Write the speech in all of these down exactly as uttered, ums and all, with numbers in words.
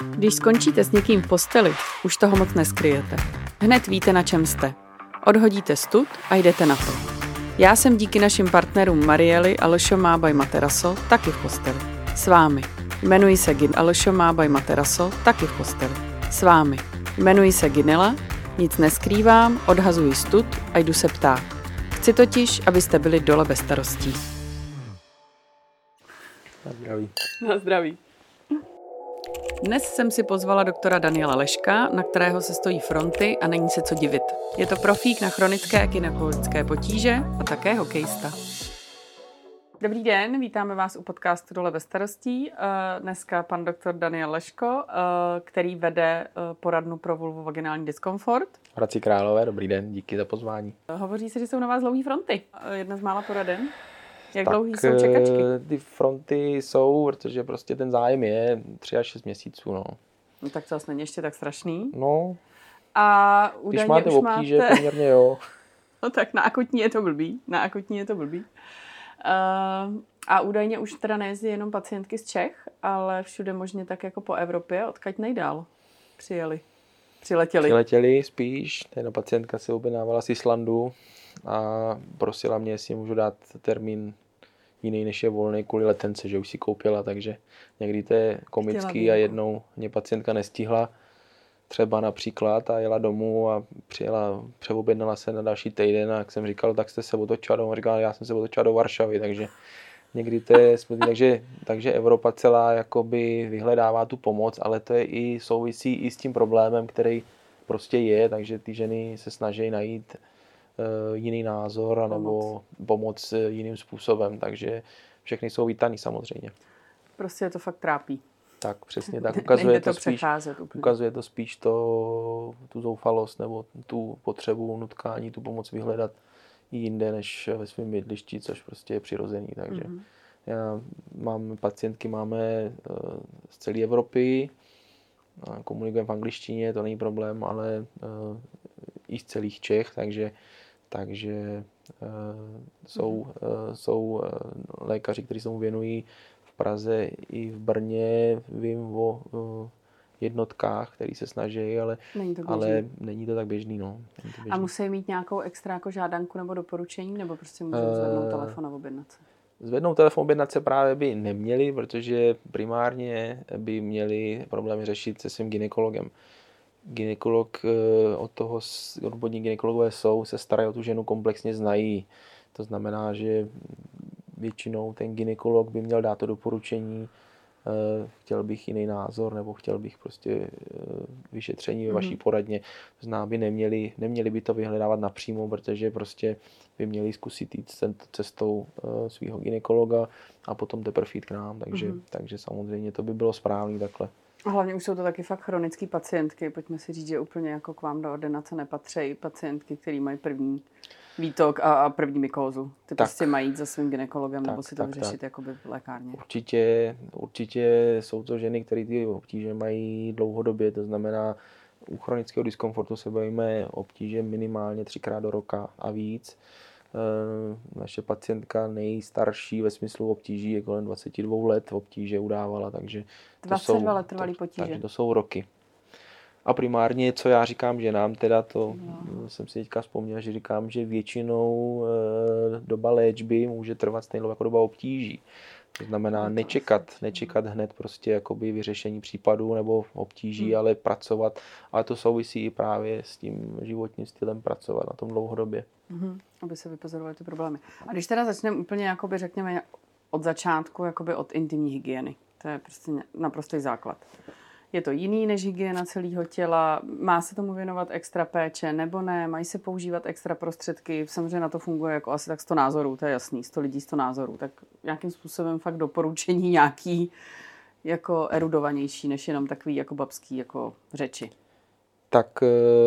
Když skončíte s někým v posteli, už toho moc neskryjete. Hned víte, na čem jste. Odhodíte stud a jdete na to. Já jsem díky našim partnerům Marieli a Alšo Má by Materaso taky v posteli. S vámi. Jmenuji se Gin Alšo Má by Materaso taky v posteli. S vámi. Jmenuji se Ginela, nic neskrývám, odhazuji stud a jdu se ptát. Chci totiž, abyste byli dole bez starostí. Na zdraví. Na zdraví. Dnes jsem si pozvala doktora Daniela Leška, na kterého se stojí fronty a není se co divit. Je to profík na chronické a gynekologické potíže a také hokejista. Dobrý den, vítáme vás u podcastu Dole bez starostí. Dneska pan doktor Daniel Leško, který vede poradnu pro vulvovaginální diskomfort. V Hradci Králové, dobrý den, díky za pozvání. Hovoří se, že jsou na vás dlouhý fronty. Jedna z mála poraden. Jak tak dlouhý jsou čekačky? Ty fronty jsou, protože prostě ten zájem je tři až šest měsíců, no. No tak to asi není ještě tak strašný. No, a když máte už obtíže, máte... poměrně jo. No tak na akutní je to blbý, na akutní je to blbý. Uh, a údajně už teda nejezdí jenom pacientky z Čech, ale všude možně tak jako po Evropě, odkud nejdál přijeli, přiletěli. Přiletěli spíš, ta jedna pacientka se objednávala z Islandu a prosila mě, jestli můžu dát termín jiný, než je volný kvůli letence, že už si koupila, takže někdy to je komický a jednou mě pacientka nestihla třeba například a jela domů a přijela, přeobjednala se na další týden a jak jsem říkal, tak jste se otočila domů, říkala, já jsem se otočila do Varšavy, takže někdy to je smutný, takže, takže Evropa celá jakoby vyhledává tu pomoc, ale to je i souvisí i s tím problémem, který prostě je, takže ty ženy se snaží najít uh, jiný názor anebo pomoc. pomoc jiným způsobem, takže všechny jsou vítaný samozřejmě. Prostě je to fakt trápí. Tak, přesně tak. Ukazuje to, to, spíš, ukazuje to spíš to, tu zoufalost nebo tu potřebu nutkání, tu pomoc vyhledat i jinde než ve svém bydlišti, což prostě je přirozený. Takže mm-hmm. já mám pacientky, máme z celé Evropy, komunikujeme v angličtině, to není problém, ale i z celých Čech, takže, takže jsou, mm-hmm. jsou lékaři, kteří se mu věnují v Praze i v Brně, vím o, o jednotkách, který se snaží, ale není to, ale není to tak běžný. No. Není to běžný. A musí mít nějakou extra jako žádanku nebo doporučení, nebo prostě můžou uh, zvednout telefon a objednat se? Zvednout telefon objednat se právě by neměli, protože primárně by měli problémy řešit se svým gynekologem. Gynekolog od toho, odborní gynekologové jsou, se starají o tu ženu, komplexně znají. To znamená, že většinou ten gynekolog by měl dát to doporučení, chtěl bych jiný názor, nebo chtěl bych prostě vyšetření ve vaší poradně. To znamená, by neměli, neměli by to vyhledávat napřímo, protože prostě by měli zkusit jít cestou svého gynekologa a potom teprve jít k nám. Takže, mm-hmm. takže samozřejmě to by bylo správný takhle. A hlavně už jsou to taky fakt chronické pacientky. Pojďme si říct, že úplně jako k vám do ordinace nepatří pacientky, který mají první výtok a, a první mykózu. Ty tak, prostě mají jít za svým gynekologem tak, nebo si to tak, vyřešit tak. Jakoby v lékárně. Určitě, určitě jsou to ženy, které ty obtíže mají dlouhodobě, to znamená u chronického diskomfortu se bavíme obtíže minimálně třikrát do roka a víc. E, naše pacientka nejstarší ve smyslu obtíží je kolem dvacet dva let obtíže udávala, takže to dvacet dva jsou, let trvalý potíže. Takže to jsou roky. A primárně, co já říkám ženám, teda to no. jsem si teďka vzpomněl, že říkám, že většinou e, doba léčby může trvat stejnou jako doba obtíží. To znamená no, nečekat, nečekat hned prostě jakoby vyřešení případů nebo obtíží, hmm. ale pracovat. Ale to souvisí i právě s tím životním stylem pracovat na tom dlouhodobě. Hmm. Aby se vypozorovaly ty problémy. A když teda začneme úplně, jakoby, řekněme, od začátku, jakoby od intimní hygieny. To je prostě naprostý základ. Je to jiný než hygiena celého těla, má se tomu věnovat extra péče nebo ne, mají se používat extra prostředky, samozřejmě na to funguje jako asi tak sto názorů, to je jasný, sto lidí, sto názorů, tak nějakým způsobem fakt doporučení nějaký jako erudovanější, než jenom takový jako babský jako řeči. Tak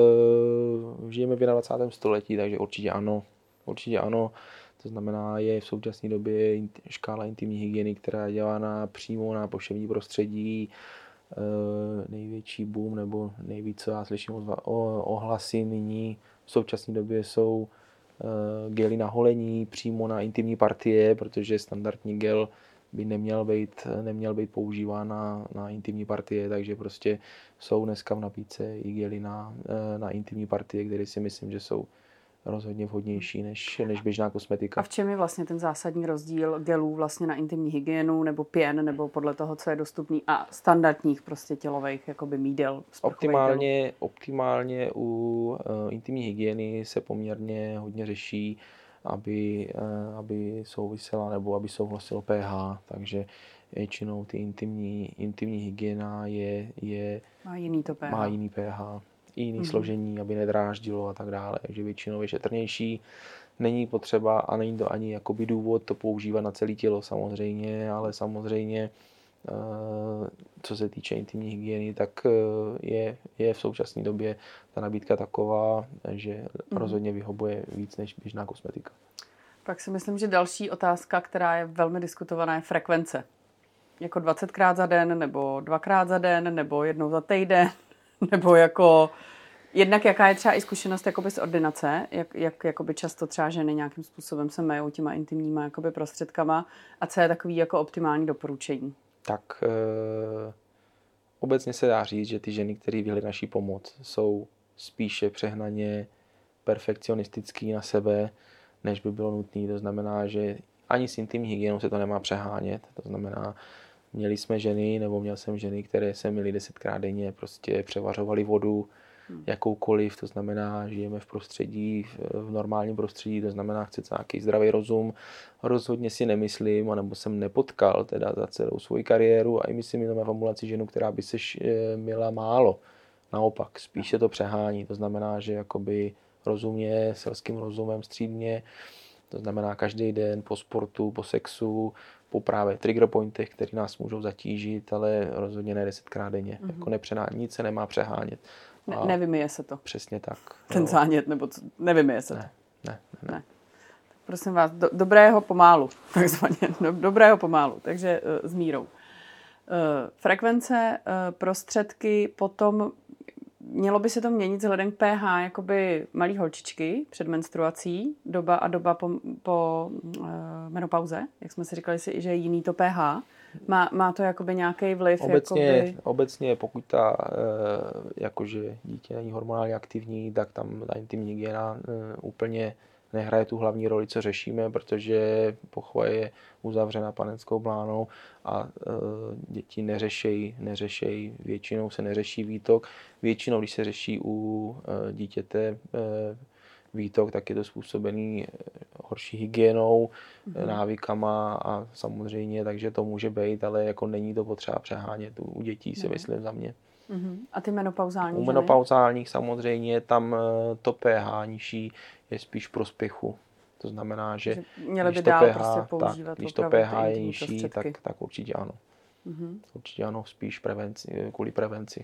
žijeme v dvacátém prvním století, takže určitě ano, určitě ano. To znamená, je v současné době škála intimní hygieny, která je dělána přímo na poševní prostředí. Největší boom nebo nejvíc, co já slyším ohlasy nyní v současné době jsou gely na holení přímo na intimní partie, protože standardní gel by neměl být, neměl být používán na, na intimní partie, takže prostě jsou dneska v nabídce i gely na, na intimní partie, které si myslím, že jsou rozhodně vhodnější než, než běžná kosmetika. A v čem je vlastně ten zásadní rozdíl gelů vlastně na intimní hygienu nebo pěn, nebo podle toho, co je dostupný a standardních prostě tělových jakoby mídel? Optimálně, optimálně u uh, intimní hygieny se poměrně hodně řeší, aby, uh, aby souvisela nebo aby souhlasilo pH, takže většinou ty intimní, intimní hygiena je, je má jiný to pH. Má jiný pH. I jiný mm-hmm. složení, aby nedráždilo a tak dále, takže většinou je šetrnější. Není potřeba a není to ani jakoby důvod to používat na celé tělo samozřejmě, ale samozřejmě co se týče intimní hygieny, tak je, je v současné době ta nabídka taková, že mm-hmm. rozhodně vyhovuje víc než běžná kosmetika. Pak si myslím, že další otázka, která je velmi diskutovaná, je frekvence. Jako dvacetkrát za den, nebo dvakrát za den, nebo jednou za týden. Nebo jako, jednak jaká je třeba i zkušenost jakoby z ordinace, jak, jak jakoby často třeba ženy nějakým způsobem se majou těma intimníma jakoby prostředkama a co je takový jako optimální doporučení? Tak e, obecně se dá říct, že ty ženy, které vyhledají naší pomoc, jsou spíše přehnaně perfekcionistický na sebe, než by bylo nutné. To znamená, že ani s intimní hygienou se to nemá přehánět. To znamená, měli jsme ženy, nebo měl jsem ženy, které se myly desetkrát denně, prostě převařovaly vodu, hmm. jakoukoliv, to znamená, žijeme v prostředí, v normálním prostředí, to znamená, chcete nějaký zdravý rozum. Rozhodně si nemyslím, anebo jsem nepotkal teda za celou svou kariéru a i myslím jenom v ambulaci ženu, která by se myla málo. Naopak, spíše to přehání, to znamená, že jakoby rozumně, selským rozumem, střídně, to znamená každý den po sportu, po sexu, po právě trigger pointech, které nás můžou zatížit, ale rozhodně ne desetkrát denně. Mm-hmm. Jako nepřená, nic se nemá přehánět. Ne, nevymyje se to. Přesně tak. Ten no. zánět, nebo co, nevymyje se ne, to. Ne, ne, ne. ne. Prosím vás, do, dobrého pomálu, takzvaně. Do, dobrého pomálu, takže uh, s mírou. Uh, frekvence, uh, prostředky, potom mělo by se to měnit vzhledem k pH, jakoby malý holčičky před menstruací, doba a doba po, po uh, menopauze, jak jsme si říkali, si, že je jiný to pH. Má, má to jakoby nějaký vliv? Obecně, jakoby... obecně pokud ta, uh, jakože dítě není hormonálně aktivní, tak tam ta intimní hygiena uh, úplně nehraje tu hlavní roli, co řešíme, protože pochva je uzavřena panenskou blánou a e, děti neřešejí, neřešejí, většinou se neřeší výtok. Většinou, když se řeší u e, dítěte e, výtok, tak je to způsobený horší hygienou, mm-hmm. návykama a samozřejmě, takže to může být, ale jako není to potřeba přehánět u dětí, si mm-hmm. myslím za mě. Mm-hmm. A ty menopauzální? U menopauzálních samozřejmě tam to pH nižší je spíš prospěchu. To znamená, že, že měli když by dál to pH, prostě používat tak, když to pH je nižší, tak, tak určitě ano. Mm-hmm. Určitě ano, spíš prevenci, kvůli prevenci.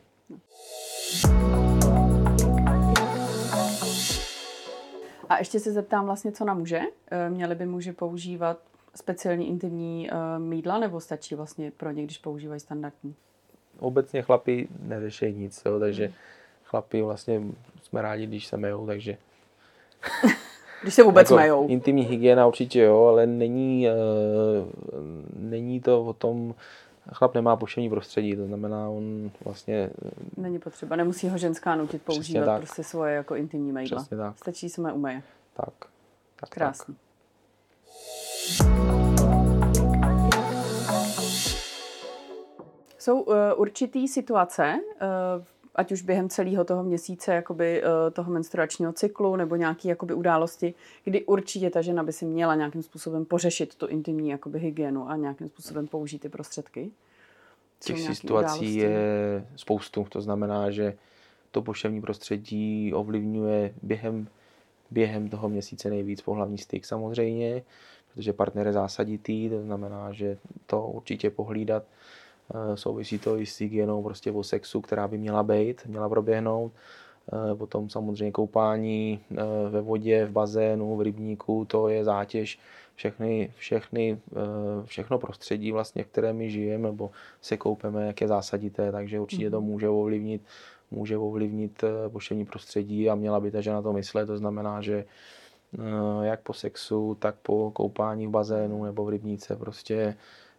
A ještě se zeptám vlastně, co na muže. Měli by muži používat speciální intimní mýdla, nebo stačí vlastně pro ně, když používají standardní? Obecně chlapi neřeší nic, jo, takže mm. chlapi vlastně jsme rádi, když se mejou, takže... Když se vůbec jako mejou. Intimní hygiena určitě jo, ale není, uh, není to o tom, chlap nemá poševní prostředí, to znamená, on vlastně... Není potřeba, nemusí ho ženská nutit používat prostě svoje jako intimní mejdla. Přesně tak. Stačí se mé umeje. Tak. tak Krásný. Tak. Jsou uh, určitý situace, uh, ať už během celého toho měsíce, jakoby, uh, toho menstruačního cyklu, nebo nějaké jakoby, události, kdy určitě ta žena by si měla nějakým způsobem pořešit tu intimní jakoby, hygienu a nějakým způsobem použít ty prostředky. Těch situací je spoustu, to znamená, že to poševní prostředí ovlivňuje během, během toho měsíce nejvíc pohlavní styk samozřejmě, protože partner je zásaditý, to znamená, že to určitě pohlídat. Souvisí to i s hygienou prostě o sexu, která by měla být, měla proběhnout. Potom samozřejmě koupání ve vodě, v bazénu, v rybníku, to je zátěž. Všechny, všechny, všechno prostředí, vlastně, v kterém my žijeme nebo se koupeme, jak je zásadité, takže určitě to může ovlivnit, může ovlivnit poševní prostředí a měla by ta žena to myslet. To znamená, že jak po sexu, tak po koupání v bazénu nebo v rybníce prostě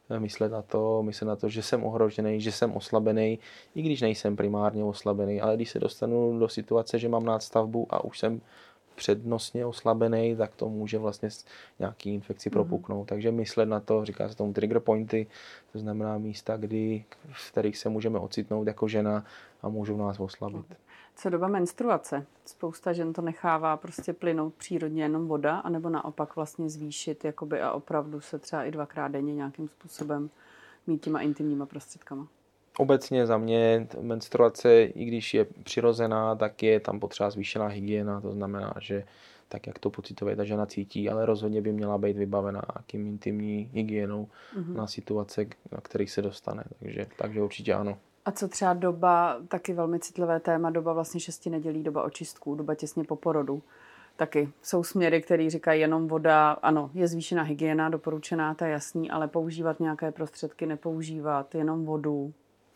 myslet na to, myslet na to, že jsem ohrožený, že jsem oslabený, i když nejsem primárně oslabený, ale když se dostanu do situace, že mám nadstavbu a už jsem přednostně oslabený, tak to může vlastně nějaký infekci propuknout. Mm-hmm. Takže myslet na to, říká se tomu trigger pointy, to znamená místa, kdy, v kterých se můžeme ocitnout jako žena a můžou nás oslabit. Co doba menstruace? Spousta žen to nechává prostě plynout přírodně jenom voda, anebo naopak vlastně zvýšit jakoby, a opravdu se třeba i dvakrát denně nějakým způsobem mít těma intimníma prostředkama. Obecně za mě menstruace, i když je přirozená, tak je tam potřeba zvýšená hygiena, to znamená, že tak, jak to pocitově ta žena cítí, ale rozhodně by měla být vybavená nějakým intimní hygienou mm-hmm. na situace, na kterých se dostane, takže, takže určitě ano. A co třeba doba, taky velmi citlivé téma, doba vlastně šesti nedělí, doba očistků, doba těsně po porodu. Taky jsou směry, které říkají jenom voda, ano, je zvýšená hygiena, doporučená, to je jasný, ale používat nějaké prostředky, nepoužívat, jenom vodu.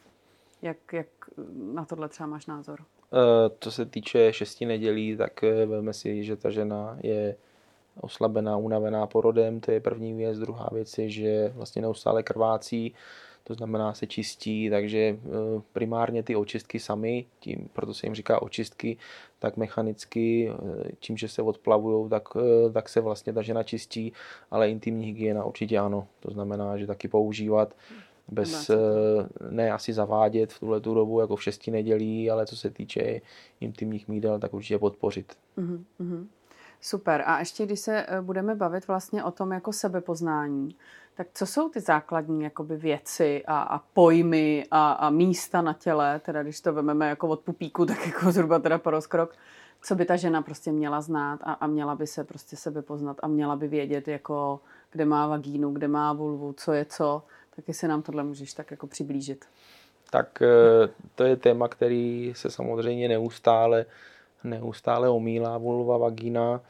Jak, jak na tohle třeba máš názor? Co se týče šesti nedělí, tak veme si, že ta žena je oslabená, unavená porodem, to je první věc. Druhá věc je, že vlastně neustále krvácí, to znamená se čistí, takže primárně ty očistky samy, tím, proto se jim říká očistky, tak mechanicky, tím, že se odplavujou, tak, tak se vlastně ta žena čistí, ale intimní hygiena určitě ano. To znamená, že taky používat bez, ne asi zavádět v tuhletu dobu jako v šesti nedělí, ale co se týče intimních mídel, tak určitě podpořit. Mm-hmm. Super. A ještě když se budeme bavit vlastně o tom jako sebepoznání, tak co jsou ty základní jakoby věci a, a pojmy a, a místa na těle, teda když to vememe jako od pupíku, tak jako zhruba teda po rozkrok, co by ta žena prostě měla znát a, a měla by se prostě sebe poznat a měla by vědět, jako kde má vagínu, kde má vulvu, co je co, tak jestli nám tohle můžeš tak jako přiblížit. Tak to je téma, který se samozřejmě neustále, neustále omílá, vulva, vagína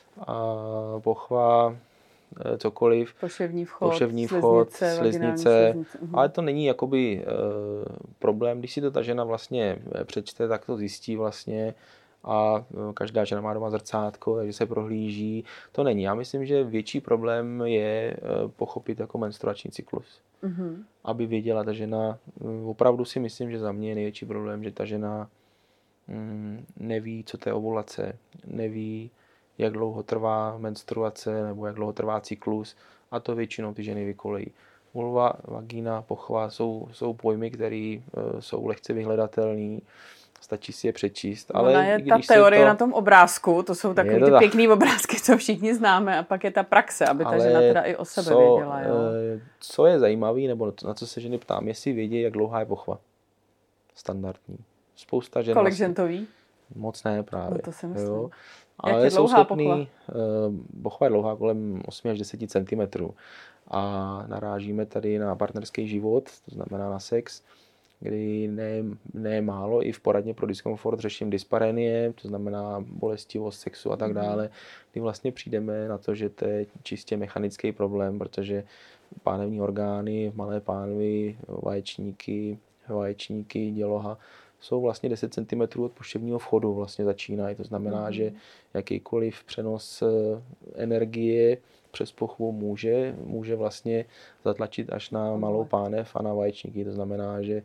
a pochva, cokoliv. Poševní vchod, Poševní vchod sliznice, sliznice. sliznice. Uh-huh. Ale to není jakoby e, problém, když si to ta žena vlastně přečte, tak to zjistí vlastně a každá žena má doma zrcátko, takže se prohlíží. To není. Já myslím, že větší problém je pochopit jako menstruační cyklus. Uh-huh. Aby věděla ta žena, opravdu si myslím, že za mě je největší problém, že ta žena mm, neví, co to je ovulace, neví, jak dlouho trvá menstruace nebo jak dlouho trvá cyklus a to většinou ty ženy vykolejí. Vulva, vagína, pochva jsou, jsou pojmy, které uh, jsou lehce vyhledatelné, stačí si je přečíst. Ale ona je i ta když teorie to... na tom obrázku, to jsou takové ty pěkný obrázky, co všichni známe a pak je ta praxe, aby ta ale žena teda i o sebe co, věděla. Jo? Co je zajímavé, nebo na co se ženy ptám, jestli vědí, jak dlouhá je pochva. Standardní. Spousta žen... Kolik žen to ví? Moc ne právě. No to si myslím. Jo? Jak ale je jsou dlouhá schopný, pochva? Pochva je dlouhá kolem osm až deset centimetrů. A narážíme tady na partnerský život, to znamená na sex, kdy ne, ne málo, i v poradně pro diskomfort řeším dysparenie, to znamená bolestivost sexu a tak dále, kdy vlastně přijdeme na to, že to je čistě mechanický problém, protože pánevní orgány, malé pánvy, vaječníky, vaječníky, děloha jsou vlastně deset centimetrů od poševního vchodu vlastně začínají. To znamená, mm. že jakýkoliv přenos energie přes pochvu může, může vlastně zatlačit až na malou pánev a na vaječníky. To znamená, že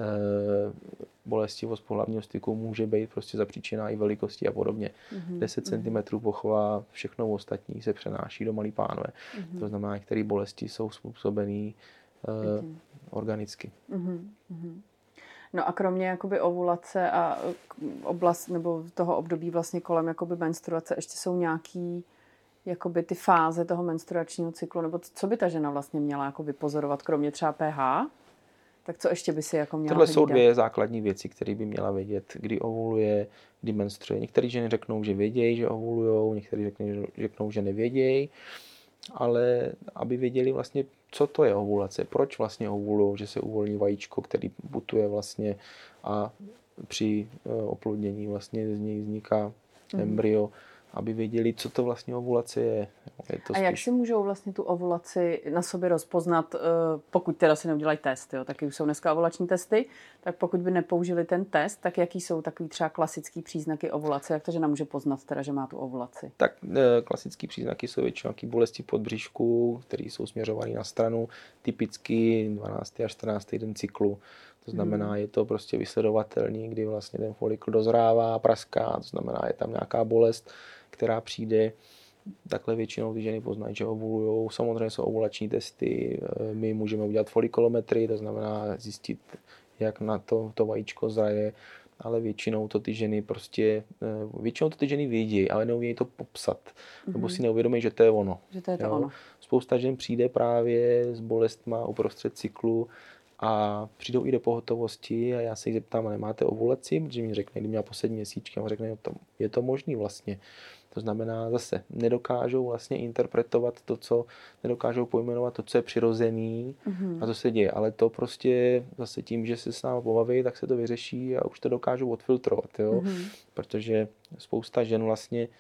bolestivost pohlavního styku může být prostě zapříčená i velikostí a podobně. Mm-hmm. deset centimetrů pochva, všechno ostatní se přenáší do malý pánve. Mm-hmm. To znamená, které bolesti jsou způsobené uh, organicky. Mm-hmm. No a kromě jakoby ovulace a oblast nebo toho období vlastně kolem jakoby menstruace ještě jsou nějaký jakoby ty fáze toho menstruačního cyklu, nebo co by ta žena vlastně měla jako vypozorovat, kromě třeba pH? Tak co ještě by si jako měla Tohle hlídat? jsou dvě základní věci, které by měla vědět, kdy ovuluje, kdy menstruuje. Některé ženy řeknou, že vědějí, že ovulujou, některé řeknou, že nevědějí, ale aby věděli vlastně, co to je ovulace, proč vlastně ovulují, že se uvolní vajíčko, který putuje vlastně a při oplodnění vlastně z něj vzniká embryo, aby věděli, co to vlastně ovulace je. je to a jak spíš... si můžou vlastně tu ovulaci na sobě rozpoznat, pokud teda si neudělají test, jo? Taky už jsou dneska ovulační testy, tak pokud by nepoužili ten test, tak jaký jsou takový třeba klasický příznaky ovulace, jak to žena může poznat teda, že má tu ovulaci? Tak klasický příznaky jsou většinou nějaké bolesti podbříšku, které jsou směřované na stranu, typicky dvanáctý až čtrnáctý den cyklu. To znamená, hmm. je to prostě vysledovatelný, kdy vlastně ten folikl dozrává, praská, to znamená, je tam nějaká bolest, která přijde. Takhle většinou ty ženy poznají, že ovulujou. Samozřejmě jsou ovulační testy, my můžeme udělat folikulometrii, to znamená zjistit, jak na to, to vajíčko zraje, ale většinou to ty ženy prostě, většinou to ty ženy vědí, ale neumějí to popsat, mm-hmm. nebo si neuvědomí, že to je ono. Že to je to jo? ono. Spousta žen přijde právě s bolestma uprostřed cyklu a přijdou i do pohotovosti a já se jich zeptám, a nemáte ovulaci? Protože mi řekne, kdy měla poslední měsíčky, a řekne, to, je to možný vlastně. To znamená zase, nedokážou vlastně interpretovat to, co, nedokážou pojmenovat to, co je přirozený mm-hmm. a co se děje. Ale to prostě zase tím, že se s námi pobaví, tak se to vyřeší a už to dokážou odfiltrovat. Jo? Mm-hmm. Protože spousta žen vlastně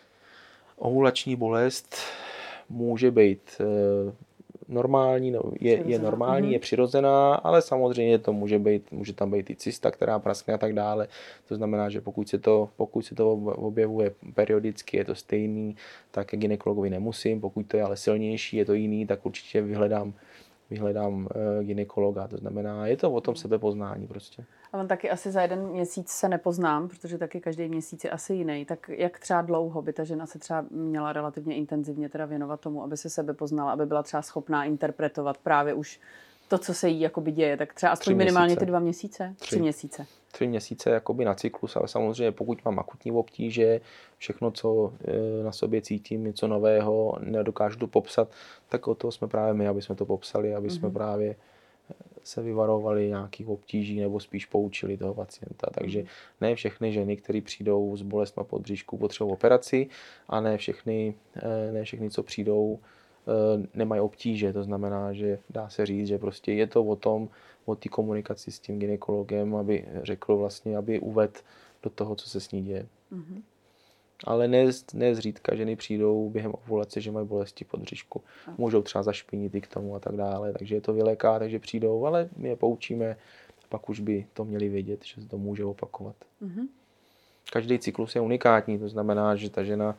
ovulační bolest může být normální, no, je, je normální, mm-hmm. je přirozená, ale samozřejmě to může být, může tam být i cysta, která praskne a tak dále. To znamená, že pokud se to, pokud se to objevuje periodicky, je to stejný, tak k gynekologovi nemusím. Pokud to je ale silnější, je to jiný, tak určitě vyhledám, vyhledám uh, gynekologa. To znamená, je to o tom sebepoznání prostě. Ale taky asi za jeden měsíc se nepoznám, protože taky každý měsíc je asi jiný. Tak jak třeba dlouho by ta žena se třeba měla relativně intenzivně teda věnovat tomu, aby se sebe poznala, aby byla třeba schopná interpretovat právě už to, co se jí jakoby děje, tak třeba aspoň minimálně ty dva měsíce? Tři, Tři měsíce. Tři měsíce jakoby na cyklus, ale samozřejmě pokud mám akutní obtíže, všechno, co na sobě cítím, něco nového, nedokážu to popsat, tak o toho jsme právě my, aby jsme to popsali, aby jsme mm-hmm. právě se vyvarovali nějakých obtíží nebo spíš poučili toho pacienta. Takže ne všechny ženy, které přijdou s bolestmi podbříšku, potřebují operaci a ne všechny, ne všechny, co přijdou, nemají obtíže. To znamená, že dá se říct, že prostě je to o tom, o té komunikaci s tím gynekologem, aby řekl vlastně, aby uvedl do toho, co se s ní děje. Mm-hmm. Ale ne, ne zřídka ženy přijdou během ovulace, že mají bolesti podbříšku. Můžou třeba zašpinit i k tomu a tak dále, takže je to vyléká, takže přijdou, ale my je poučíme, pak už by to měli vědět, že se to může opakovat. Mm-hmm. Každý cyklus je unikátní, to znamená, že ta žena,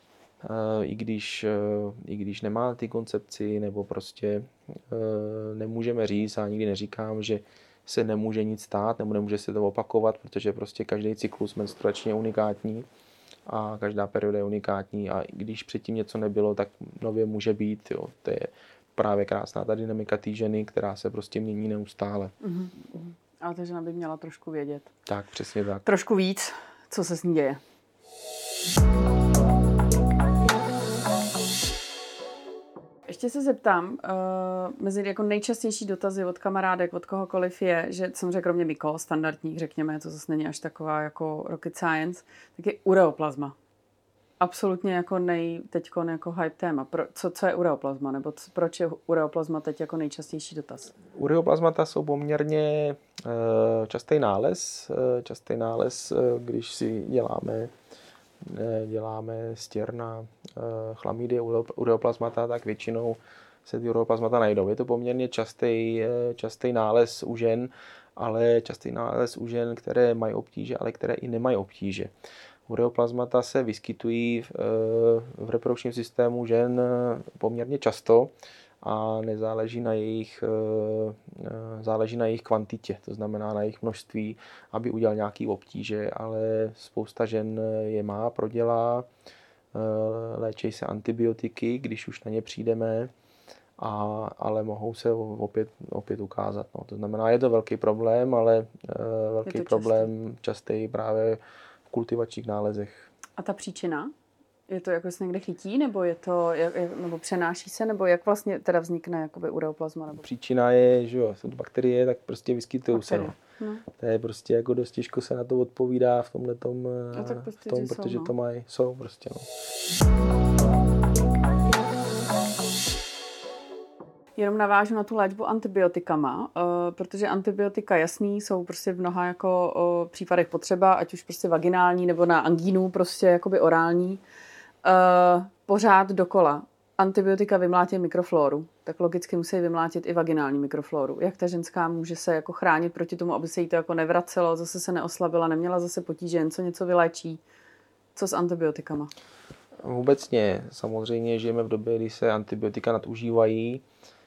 i když, i když nemá ty koncepci, nebo prostě nemůžeme říct, a nikdy neříkám, že se nemůže nic stát, nebo nemůže se to opakovat, protože prostě každý cyklus menstruační je unikátní. A každá perioda je unikátní a když předtím něco nebylo, tak nově může být. Jo. To je právě krásná ta dynamika té ženy, která se prostě mění neustále. Mm-hmm. Ale ta žena by měla trošku vědět. Tak, přesně tak. Trošku víc, co se s ní děje. Ještě se zeptám, uh, mezi jako nejčastější dotazy od kamarádek, od kohokoliv je, že samozřejmě kromě myko, standardních, řekněme, to zase není až taková jako rocket science, tak je ureoplazma. Absolutně jako nej, teďkon jako hype téma. Pro, co, co je ureoplazma, nebo co, proč je ureoplazma teď jako nejčastější dotaz? Ureoplazmata jsou poměrně uh, častý nález, uh, častý nález, uh, když si děláme děláme stěr na chlamydie, ureoplazmata, tak většinou se ty ureoplazmata najdou. Je to poměrně častý, častý nález u žen, ale častý nález u žen, které mají obtíže, ale které i nemají obtíže. Ureoplazmata se vyskytují v, v reprodukčním systému žen poměrně často a nezáleží na jejich, záleží na jejich kvantitě, to znamená na jejich množství, aby udělal nějaký obtíže, ale spousta žen je má, prodělá, léčí se antibiotiky, když už na ně přijdeme, a, ale mohou se opět, opět ukázat. No. To znamená, je to velký problém, ale velký problém častý právě v kultivačních nálezech. A ta příčina? Je to jako se někde chytí, nebo je to, jak, nebo přenáší se, nebo jak vlastně teda vznikne jakoby ureoplazma? Nebo... Příčina je, že jo, jsou to bakterie, tak prostě vyskytují se. No. No. To je prostě jako dost těžko se na to odpovídá v tomhletom, no, prostě, v tom, protože jsou, no. to mají, jsou prostě, no. Jenom navážu na tu léčbu antibiotikama, protože antibiotika jasný jsou prostě v mnoha jako případech potřeba, ať už prostě vaginální nebo na angínu prostě jakoby orální. Pořád dokola. Antibiotika vymlátí mikroflóru, tak logicky musí vymlátit i vaginální mikroflóru. Jak ta ženská může se jako chránit proti tomu, aby se jí to jako nevracelo, zase se neoslabila, neměla zase potíže, jen co něco vyléčí. Co s antibiotikama? Obecně samozřejmě žijeme v době, kdy se antibiotika nadužívají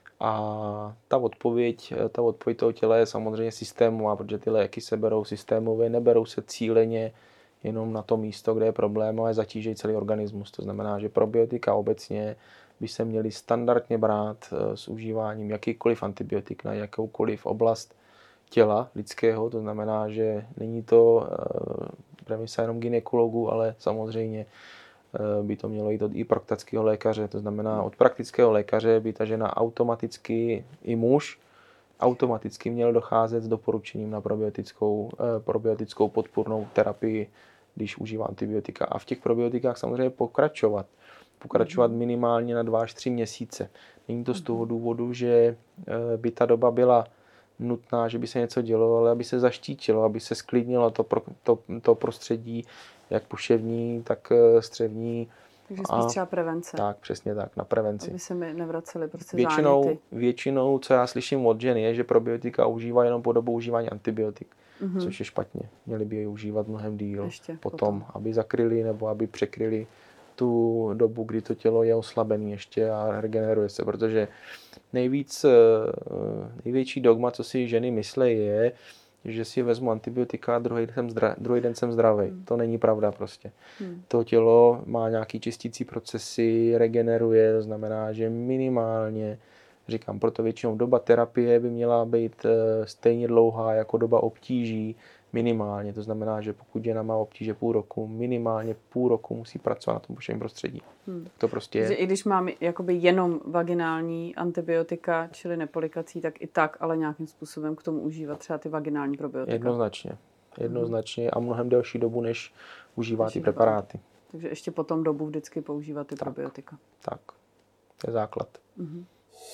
a ta odpověď, ta odpověď toho těla je samozřejmě systémová, protože ty léky se berou systémově, neberou se cíleně jenom na to místo, kde je problém, ale zatížejí celý organismus. To znamená, že probiotika obecně by se měly standardně brát s užíváním jakýkoliv antibiotik na jakoukoliv oblast těla lidského. To znamená, že není to premisa jenom gynekologů, ale samozřejmě by to mělo jít od i praktického lékaře. To znamená, od praktického lékaře by ta žena automaticky, i muž, automaticky měl docházet s doporučením na probiotickou, probiotickou podpůrnou terapii, když užívá antibiotika. A v těch probiotikách samozřejmě pokračovat. Pokračovat minimálně na dva až tři měsíce. Není to z toho důvodu, že by ta doba byla nutná, že by se něco dělo, ale aby se zaštítilo, aby se sklidnilo to, to, to prostředí, jak puševní, tak střevní. Takže spíš třeba prevence. Tak, přesně tak, na prevenci. Aby se mi nevracely prostě většinou, záněty. Většinou, co já slyším od žen, je, že probiotika užívá jenom po dobu užívání antibiotik, mm-hmm. což je špatně. Měli by je užívat mnohem díl. Ještě potom, potom, aby zakryli nebo aby překryli tu dobu, kdy to tělo je oslabené ještě a regeneruje se, protože nejvíc, největší dogma, co si ženy myslí, je, že si vezmu antibiotika a druhý den jsem, zdra, druhý den jsem zdravý. Hmm. To není pravda prostě. Hmm. To tělo má nějaký čistící procesy, regeneruje, to znamená, že minimálně, říkám, proto většinou doba terapie by měla být stejně dlouhá jako doba obtíží, minimálně. To znamená, že pokud žena má obtíže půl roku, minimálně půl roku musí pracovat na tom puševním prostředí. Hmm. Tak to prostě je. Takže i když mám jakoby jenom vaginální antibiotika, čili nepolikací, tak i tak, ale nějakým způsobem k tomu užívat třeba ty vaginální probiotika. Jednoznačně. Jednoznačně hmm. a mnohem delší dobu, než užívá ty preparáty. Takže ještě po tom dobu vždycky používat ty tak. probiotika. Tak. To je základ. Hmm.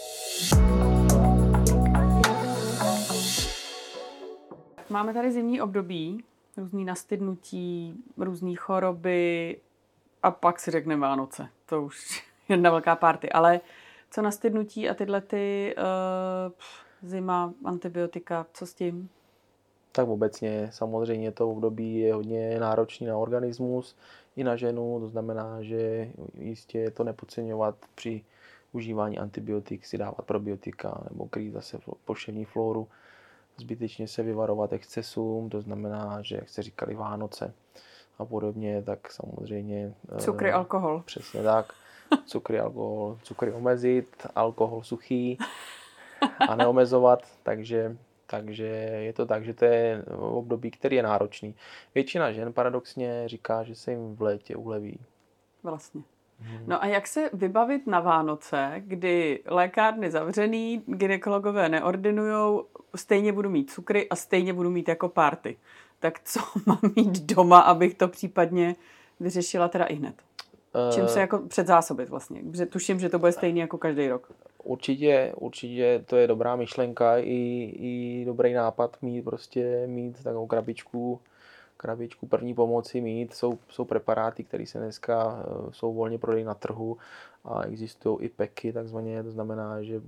Máme tady zimní období, různý nastydnutí, různý choroby a pak si řekneme Vánoce. To už je jedna velká party. Ale co nastydnutí a tyhle ty uh, zima, antibiotika, co s tím? Tak obecně samozřejmě to období je hodně náročný na organismus i na ženu. To znamená, že jistě je to nepodceňovat při užívání antibiotik, si dávat probiotika nebo krýt zase poševní flóru. Zbytečně se vyvarovat excesům, to znamená, že jak se říkali Vánoce a podobně, tak samozřejmě... Cukry, alkohol. Přesně tak. Cukry, alkohol, cukry omezit, alkohol suchý a neomezovat, takže, takže je to tak, že to je období, který je náročný. Většina žen paradoxně říká, že se jim v létě uleví. Vlastně. No a jak se vybavit na Vánoce, kdy lékárny zavřený, gynekologové neordinujou, stejně budu mít cukry a stejně budu mít jako party. Tak co mám mít doma, abych to případně vyřešila teda i hned? Čím se jako předzásobit vlastně? Protože tuším, že to bude stejný jako každý rok. Určitě, určitě to je dobrá myšlenka i, i dobrý nápad mít prostě mít takovou krabičku krabičku první pomoci mít. Jsou, jsou preparáty, které se dneska jsou volně prodej na trhu a existují i peky takzvaně, to znamená, že e,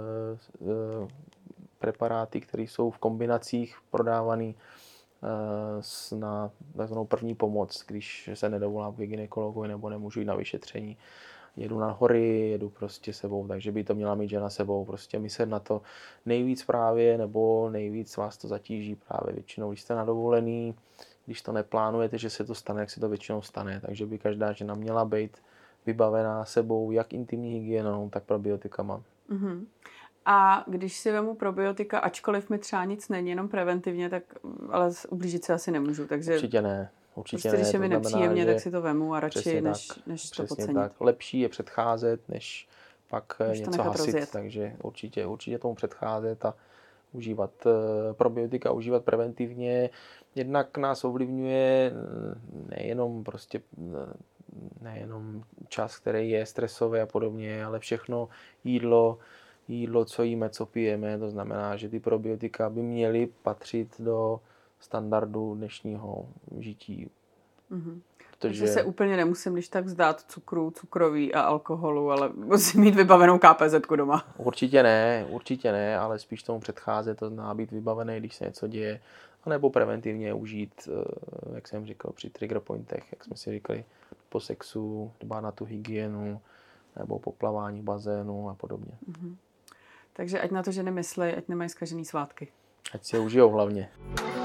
e, preparáty, které jsou v kombinacích prodávané e, na takzvanou první pomoc, když se nedovolám k gynekologovi nebo nemůžu jít na vyšetření. Jedu na hory, jedu prostě sebou, takže by to měla mít žena sebou, prostě myslet na to nejvíc právě, nebo nejvíc vás to zatíží právě většinou, když jste na dovolený, když to neplánujete, že se to stane, jak se to většinou stane, takže by každá žena měla být vybavená sebou jak intimní hygienou, tak probiotikama. Mm-hmm. A když si vemu probiotika, ačkoliv mi třeba nic není, jenom preventivně, tak ale ublížit se asi nemůžu, takže... Určitě ne. Určitě prostě, když je mi nepříjemně, že... tak si to vemu a radši, než, tak, než to podcenit. Tak. Lepší je předcházet, než pak Než něco hasit, rozjet. Takže určitě, určitě tomu předcházet a užívat probiotika, užívat preventivně. Jednak nás ovlivňuje nejenom prostě nejenom čas, který je stresový a podobně, ale všechno jídlo, jídlo, co jíme, co pijeme, to znamená, že ty probiotika by měly patřit do standardu dnešního žití. Mm-hmm. Protože... Takže se úplně nemusím když tak vzdát cukru, cukroví a alkoholu, ale musím mít vybavenou ká pé zetku doma. Určitě ne, určitě ne, ale spíš tomu předcházet, to znamená být vybavený, když se něco děje, anebo preventivně užít, jak jsem říkal, při trigger pointech, jak jsme si říkali, po sexu, dbát na tu hygienu, nebo po plavání v bazénu a podobně. Mm-hmm. Takže ať na to ženy myslí, ať nemají zkažený svátky. Ať si je užijou hlavně.